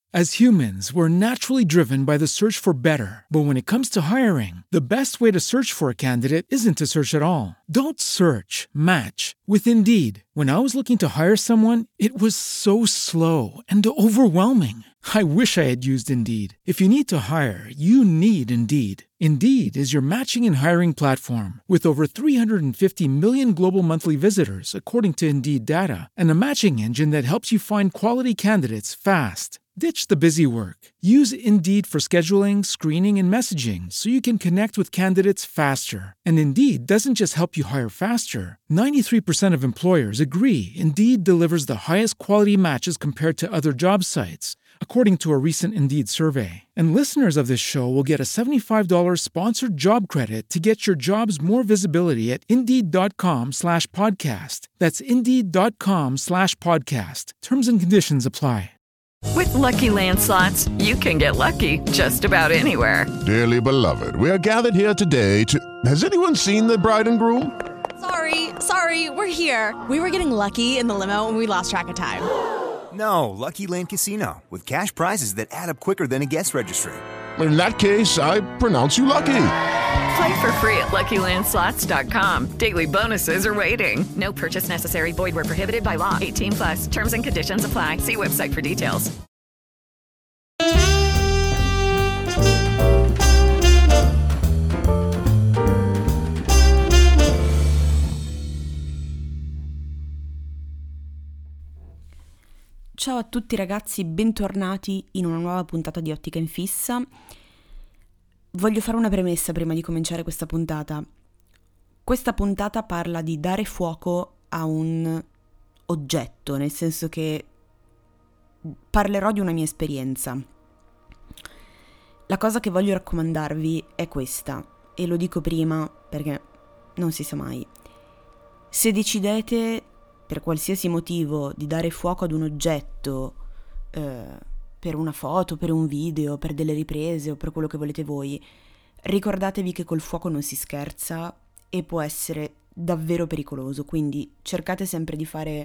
As humans, we're naturally driven by the search for better. But when it comes to hiring, the best way to search for a candidate isn't to search at all. Don't search, match with Indeed. When I was looking to hire someone, it was so slow and overwhelming. I wish I had used Indeed. If you need to hire, you need Indeed. Indeed is your matching and hiring platform with over 350 million global monthly visitors, according to Indeed data, and a matching engine that helps you find quality candidates fast. Ditch the busy work. Use Indeed for scheduling, screening, and messaging so you can connect with candidates faster. And Indeed doesn't just help you hire faster. 93% of employers agree Indeed delivers the highest quality matches compared to other job sites, according to a recent Indeed survey. And listeners of this show will get a $75 sponsored job credit to get your jobs more visibility at Indeed.com/podcast. That's Indeed.com/podcast. Terms and conditions apply. With Lucky Land Slots, you can get lucky just about anywhere. Dearly beloved, we are gathered here today to... Has anyone seen the bride and groom? Sorry, we're here. We were getting lucky in the limo and we lost track of time. No, Lucky Land Casino, with cash prizes that add up quicker than a guest registry. In that case, I pronounce you lucky. Play for free at LuckyLandSlots.com. Daily bonuses are waiting. No purchase necessary. Void where prohibited by law. 18+. Terms and conditions apply. See website for details. Ciao a tutti ragazzi, bentornati in una nuova puntata di Ottica in Fissa. Voglio fare una premessa prima di cominciare questa puntata. Questa puntata parla di dare fuoco a un oggetto, nel senso che parlerò di una mia esperienza. La cosa che voglio raccomandarvi è questa, e lo dico prima perché non si sa mai. Se decidete per qualsiasi motivo di dare fuoco ad un oggetto, per una foto, per un video, per delle riprese o per quello che volete voi, ricordatevi che col fuoco non si scherza e può essere davvero pericoloso, quindi cercate sempre di fare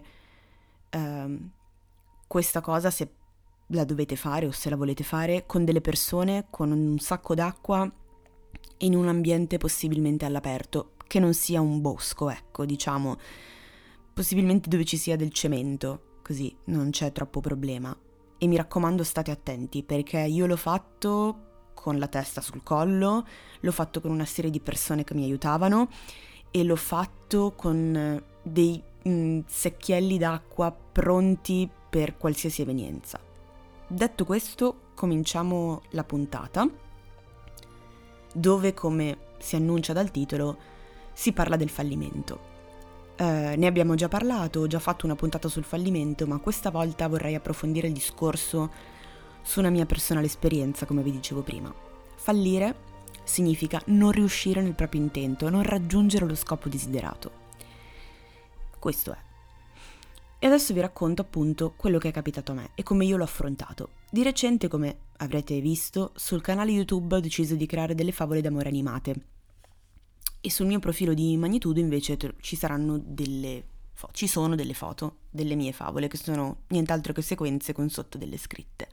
questa cosa, se la dovete fare o se la volete fare, con delle persone, con un sacco d'acqua, in un ambiente possibilmente all'aperto, che non sia un bosco, ecco, diciamo, possibilmente dove ci sia del cemento, così non c'è troppo problema. E mi raccomando, state attenti, perché io l'ho fatto con la testa sul collo, l'ho fatto con una serie di persone che mi aiutavano e l'ho fatto con dei secchielli d'acqua pronti per qualsiasi evenienza. Detto questo, cominciamo la puntata, dove, come si annuncia dal titolo, si parla del fallimento. Ne abbiamo già parlato, ho già fatto una puntata sul fallimento, ma questa volta vorrei approfondire il discorso su una mia personale esperienza, come vi dicevo prima. Fallire significa non riuscire nel proprio intento, non raggiungere lo scopo desiderato. Questo è. E adesso vi racconto appunto quello che è capitato a me e come io l'ho affrontato. Di recente, come avrete visto, sul canale YouTube ho deciso di creare delle favole d'amore animate. E sul mio profilo di Magnitudo invece ci saranno ci sono delle foto delle mie favole, che sono nient'altro che sequenze con sotto delle scritte.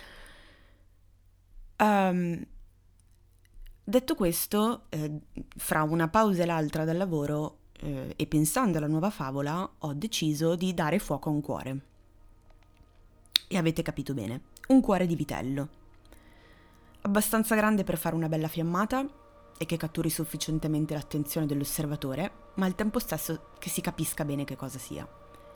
Detto questo, fra una pausa e l'altra dal lavoro e pensando alla nuova favola, ho deciso di dare fuoco a un cuore. E avete capito bene, un cuore di vitello. Abbastanza grande per fare una bella fiammata e che catturi sufficientemente l'attenzione dell'osservatore, ma al tempo stesso che si capisca bene che cosa sia.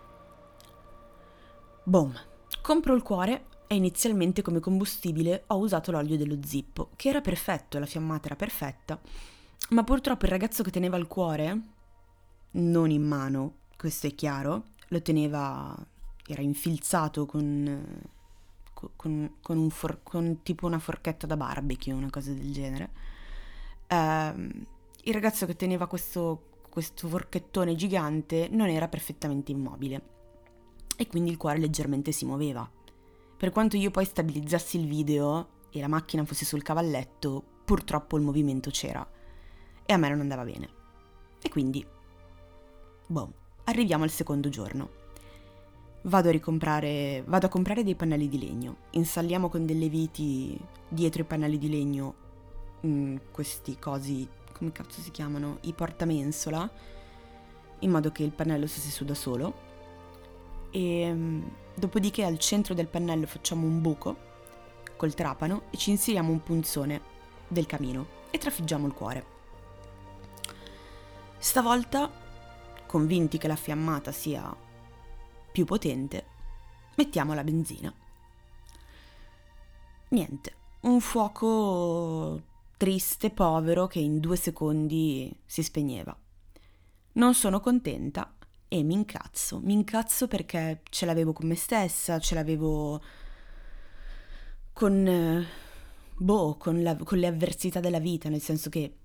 Boom! Compro il cuore e inizialmente come combustibile ho usato l'olio dello Zippo, che era perfetto, la fiammata era perfetta, ma purtroppo il ragazzo che teneva il cuore, non in mano, questo è chiaro, lo teneva, era infilzato con tipo una forchetta da barbecue, una cosa del genere. Il ragazzo che teneva questo forchettone gigante non era perfettamente immobile e quindi il cuore leggermente si muoveva. Per quanto io poi stabilizzassi il video e la macchina fosse sul cavalletto, purtroppo il movimento c'era e a me non andava bene. E quindi, arriviamo al secondo giorno. vado a comprare dei pannelli di legno, installiamo con delle viti dietro i pannelli di legno questi cosi, come cazzo si chiamano? I portamensola, in modo che il pannello si suda solo, e dopodiché al centro del pannello facciamo un buco col trapano e ci inseriamo un punzone del camino e trafiggiamo il cuore. Stavolta, convinti che la fiammata sia più potente, mettiamo la benzina. Niente, un fuoco triste, povero, che in 2 secondi si spegneva. Non sono contenta e mi incazzo perché ce l'avevo con me stessa, ce l'avevo con le avversità della vita, nel senso che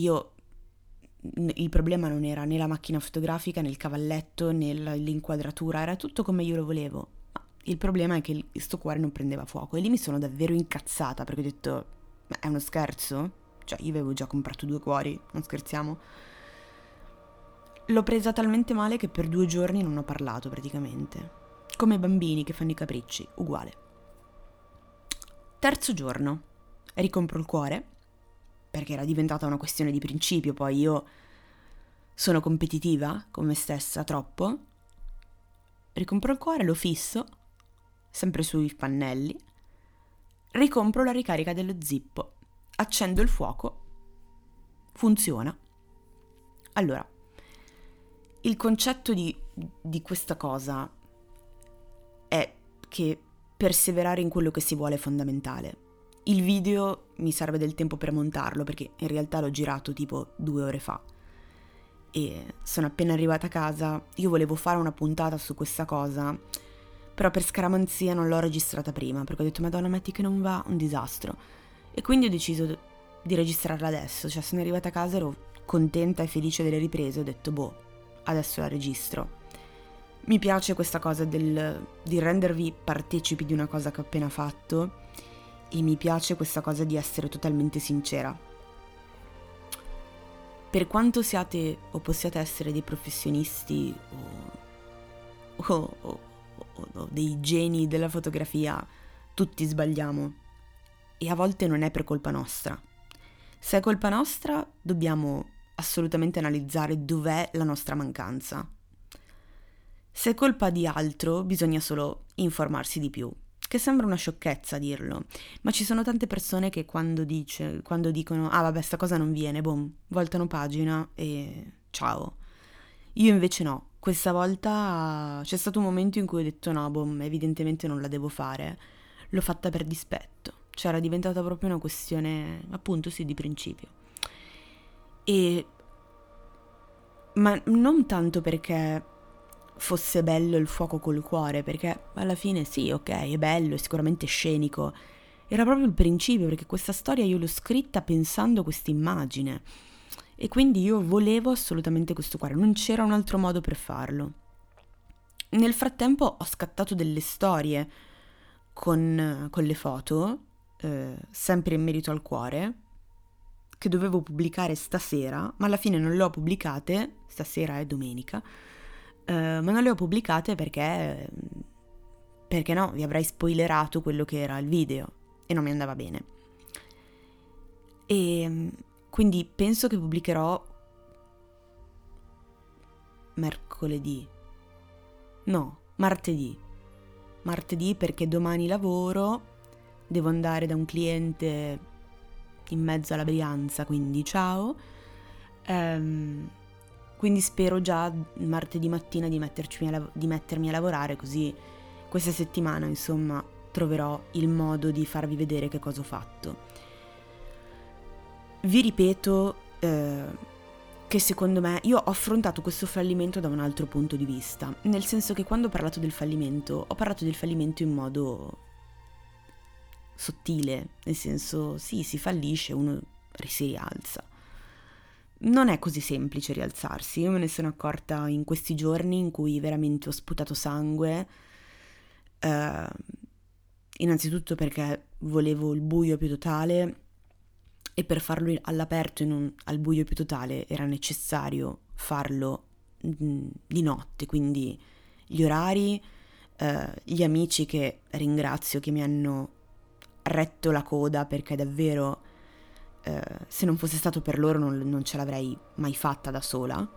il problema non era né la macchina fotografica, né il cavalletto, né l'inquadratura, era tutto come io lo volevo. Ma il problema è che sto cuore non prendeva fuoco e lì mi sono davvero incazzata perché ho detto, ma è uno scherzo? Cioè, io avevo già comprato 2 cuori, non scherziamo? L'ho presa talmente male che per 2 giorni non ho parlato praticamente. Come i bambini che fanno i capricci, uguale. Terzo giorno, ricompro il cuore, perché era diventata una questione di principio, poi io sono competitiva con me stessa troppo. Ricompro il cuore, lo fisso, sempre sui pannelli, ricompro la ricarica dello zippo, accendo il fuoco, funziona. Allora, il concetto di questa cosa è che perseverare in quello che si vuole è fondamentale. Il video mi serve del tempo per montarlo perché in realtà l'ho girato tipo 2 ore fa e sono appena arrivata a casa. Io volevo fare una puntata su questa cosa, però per scaramanzia non l'ho registrata prima perché ho detto Madonna, metti che non va, un disastro, e quindi ho deciso di registrarla adesso. Cioè, sono arrivata a casa, ero contenta e felice delle riprese, ho detto adesso la registro. Mi piace questa cosa di rendervi partecipi di una cosa che ho appena fatto e mi piace questa cosa di essere totalmente sincera. Per quanto siate o possiate essere dei professionisti o dei geni della fotografia, tutti sbagliamo e a volte non è per colpa nostra. Se è colpa nostra, dobbiamo assolutamente analizzare dov'è la nostra mancanza. Se è colpa di altro, bisogna solo informarsi di più, che sembra una sciocchezza dirlo, ma ci sono tante persone che quando dicono ah vabbè, sta cosa non viene, voltano pagina e ciao. Io invece no, questa volta c'è stato un momento in cui ho detto no, evidentemente non la devo fare, l'ho fatta per dispetto, cioè era diventata proprio una questione, appunto sì, di principio. Ma non tanto perché fosse bello il fuoco col cuore, perché alla fine sì, ok, è bello, è sicuramente scenico. Era proprio il principio, perché questa storia io l'ho scritta pensando a questa immagine e quindi io volevo assolutamente questo cuore, non c'era un altro modo per farlo. Nel frattempo ho scattato delle storie con le foto, sempre in merito al cuore, che dovevo pubblicare stasera, ma alla fine non le ho pubblicate, stasera è domenica, ma non le ho pubblicate perché no, vi avrei spoilerato quello che era il video e non mi andava bene. E quindi penso che pubblicherò martedì perché domani lavoro, devo andare da un cliente in mezzo alla Brianza, quindi ciao. Quindi spero già martedì mattina di mettermi a lavorare, così questa settimana insomma troverò il modo di farvi vedere che cosa ho fatto. Vi ripeto che secondo me io ho affrontato questo fallimento da un altro punto di vista, nel senso che quando ho parlato del fallimento in modo sottile, nel senso sì, si fallisce, uno si rialza. Non è così semplice rialzarsi, io me ne sono accorta in questi giorni in cui veramente ho sputato sangue, innanzitutto perché volevo il buio più totale e per farlo all'aperto al buio più totale era necessario farlo di notte, quindi gli orari, gli amici che ringrazio, che mi hanno retto la coda, perché davvero se non fosse stato per loro non ce l'avrei mai fatta da sola.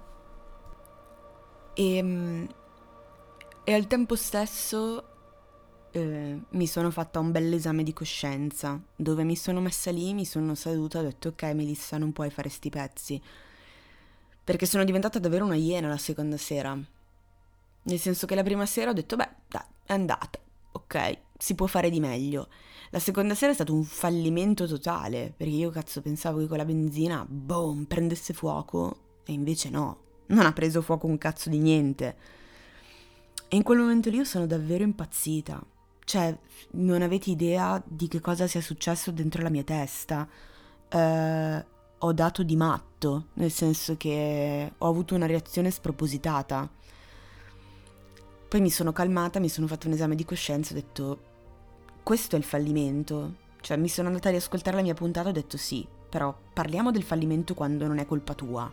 E al tempo stesso mi sono fatta un bell'esame di coscienza, dove mi sono messa lì, mi sono seduta e ho detto: ok Melissa, non puoi fare sti pezzi, perché sono diventata davvero una iena la seconda sera. Nel senso che la prima sera ho detto beh dai, è andata, ok, si può fare di meglio. La seconda sera è stato un fallimento totale, perché io cazzo pensavo che con la benzina boom prendesse fuoco, e invece no, non ha preso fuoco un cazzo di niente. E in quel momento lì io sono davvero impazzita. Cioè, non avete idea di che cosa sia successo dentro la mia testa. Ho dato di matto, nel senso che ho avuto una reazione spropositata. Poi mi sono calmata, mi sono fatto un esame di coscienza, ho detto: questo è il fallimento. Cioè, mi sono andata a riascoltare la mia puntata e ho detto: sì, però parliamo del fallimento quando non è colpa tua.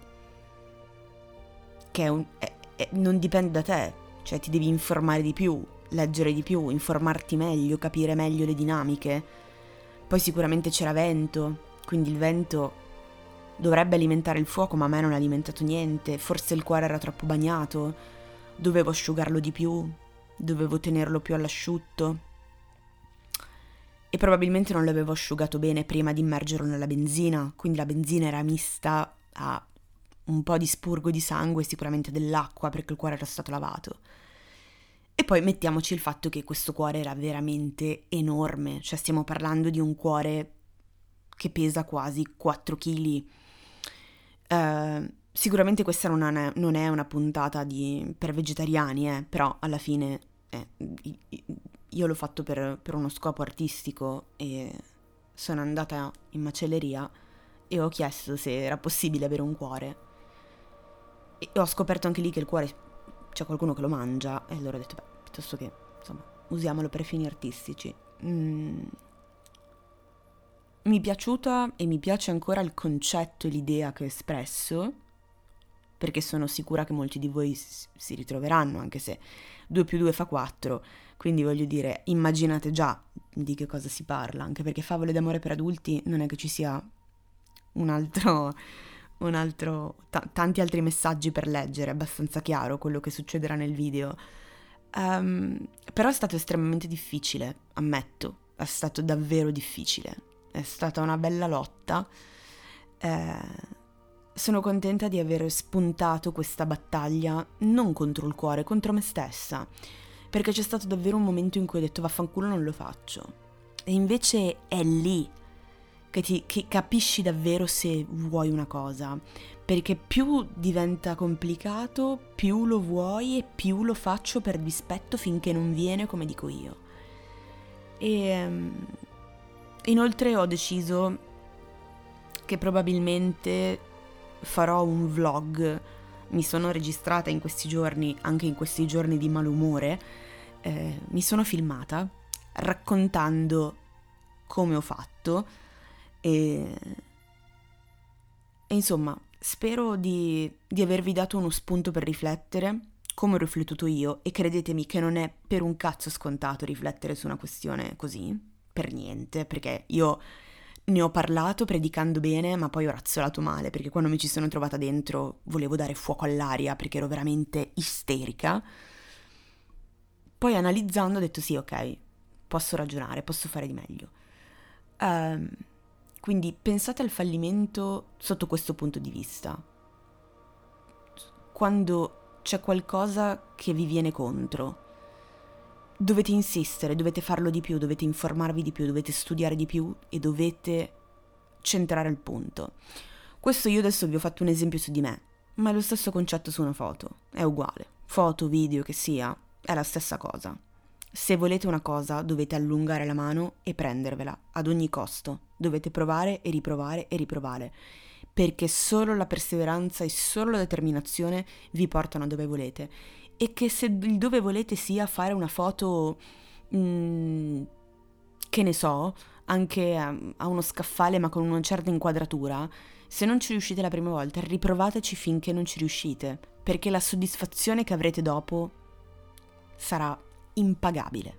Che non dipende da te. Cioè, ti devi informare di più, leggere di più, informarti meglio, capire meglio le dinamiche. Poi sicuramente c'era vento, quindi il vento dovrebbe alimentare il fuoco, ma a me non ha alimentato niente. Forse il cuore era troppo bagnato, dovevo asciugarlo di più, dovevo tenerlo più all'asciutto. E probabilmente non l'avevo asciugato bene prima di immergerlo nella benzina, quindi la benzina era mista a un po' di spurgo di sangue, sicuramente dell'acqua, perché il cuore era stato lavato. E poi mettiamoci il fatto che questo cuore era veramente enorme, cioè stiamo parlando di un cuore che pesa quasi 4 kg. Sicuramente questa non è una puntata per vegetariani, però alla fine io l'ho fatto per uno scopo artistico e sono andata in macelleria e ho chiesto se era possibile avere un cuore. E ho scoperto anche lì che il cuore c'è qualcuno che lo mangia, e allora ho detto beh, piuttosto che insomma usiamolo per fini artistici. Mi è piaciuta e mi piace ancora il concetto e l'idea che ho espresso, perché sono sicura che molti di voi si ritroveranno, anche se 2 più 2 fa 4, quindi voglio dire, immaginate già di che cosa si parla, anche perché favole d'amore per adulti non è che ci sia tanti altri messaggi per leggere, è abbastanza chiaro quello che succederà nel video. Però è stato estremamente difficile, ammetto, è stato davvero difficile, è stata una bella lotta. Sono contenta di aver spuntato questa battaglia non contro il cuore, contro me stessa, perché c'è stato davvero un momento in cui ho detto vaffanculo, non lo faccio, e invece è lì che capisci davvero se vuoi una cosa, perché più diventa complicato, più lo vuoi e più lo faccio per dispetto finché non viene come dico io. E inoltre ho deciso che probabilmente farò un vlog. Mi sono registrata in questi giorni, anche in questi giorni di malumore, mi sono filmata raccontando come ho fatto e insomma spero di avervi dato uno spunto per riflettere come ho riflettuto io, e credetemi che non è per un cazzo scontato riflettere su una questione così, per niente, perché io ne ho parlato predicando bene, ma poi ho razzolato male, perché quando mi ci sono trovata dentro volevo dare fuoco all'aria, perché ero veramente isterica. Poi analizzando ho detto sì, ok, posso ragionare, posso fare di meglio. Quindi pensate al fallimento sotto questo punto di vista. Quando c'è qualcosa che vi viene contro, dovete insistere, dovete farlo di più, dovete informarvi di più, dovete studiare di più e dovete centrare il punto. Questo io adesso vi ho fatto un esempio su di me, ma è lo stesso concetto su una foto, è uguale. Foto, video, che sia, è la stessa cosa. Se volete una cosa dovete allungare la mano e prendervela ad ogni costo, dovete provare e riprovare, perché solo la perseveranza e solo la determinazione vi portano a dove volete. E che se il dove volete sia fare una foto, che ne so, anche a uno scaffale ma con una certa inquadratura, se non ci riuscite la prima volta, riprovateci finché non ci riuscite, perché la soddisfazione che avrete dopo sarà impagabile.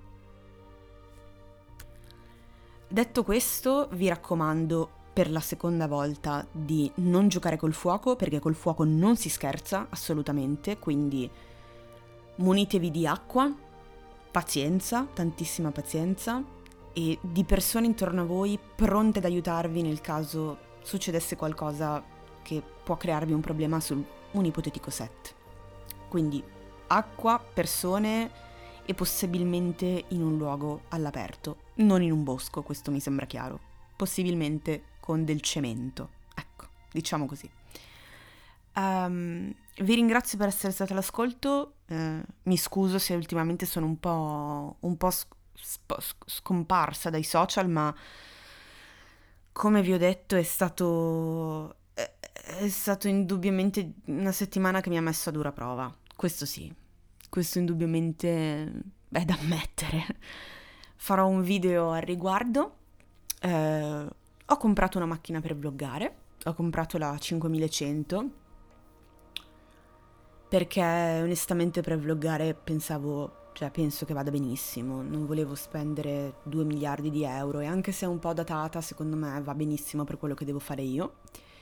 Detto questo, vi raccomando per la seconda volta di non giocare col fuoco, perché col fuoco non si scherza assolutamente, quindi munitevi di acqua, pazienza, tantissima pazienza, e di persone intorno a voi pronte ad aiutarvi nel caso succedesse qualcosa che può crearvi un problema su un ipotetico set. Quindi acqua, persone e possibilmente in un luogo all'aperto, non in un bosco, questo mi sembra chiaro, possibilmente con del cemento, ecco, diciamo così. Vi ringrazio per essere stati all'ascolto, mi scuso se ultimamente sono un po' scomparsa dai social, ma come vi ho detto è stato indubbiamente una settimana che mi ha messo a dura prova, questo sì. Questo indubbiamente è da ammettere. Farò un video al riguardo. Ho comprato una macchina per vloggare. Ho comprato la 5100 perché onestamente per vloggare penso che vada benissimo. Non volevo spendere 2 miliardi di euro e anche se è un po' datata, secondo me va benissimo per quello che devo fare io.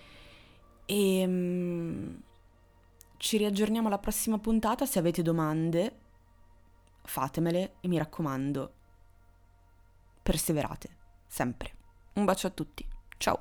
E ci riaggiorniamo alla prossima puntata. Se avete domande fatemele e mi raccomando, perseverate sempre. Un bacio a tutti, ciao.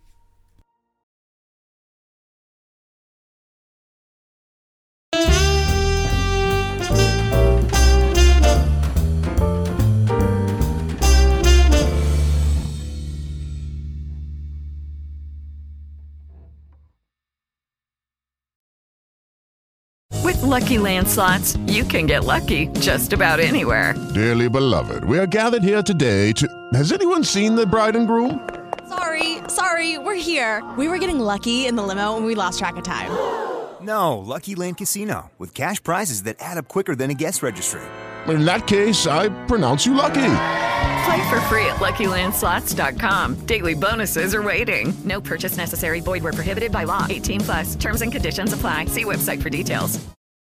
With Lucky Land Slots, you can get lucky just about anywhere. Dearly beloved, we are gathered here today to... Has anyone seen the bride and groom? Sorry, we're here. We were getting lucky in the limo and we lost track of time. No, Lucky Land Casino, with cash prizes that add up quicker than a guest registry. In that case, I pronounce you lucky. Play for free at LuckyLandSlots.com. Daily bonuses are waiting. No purchase necessary. Void where prohibited by law. 18+. Terms and conditions apply. See website for details.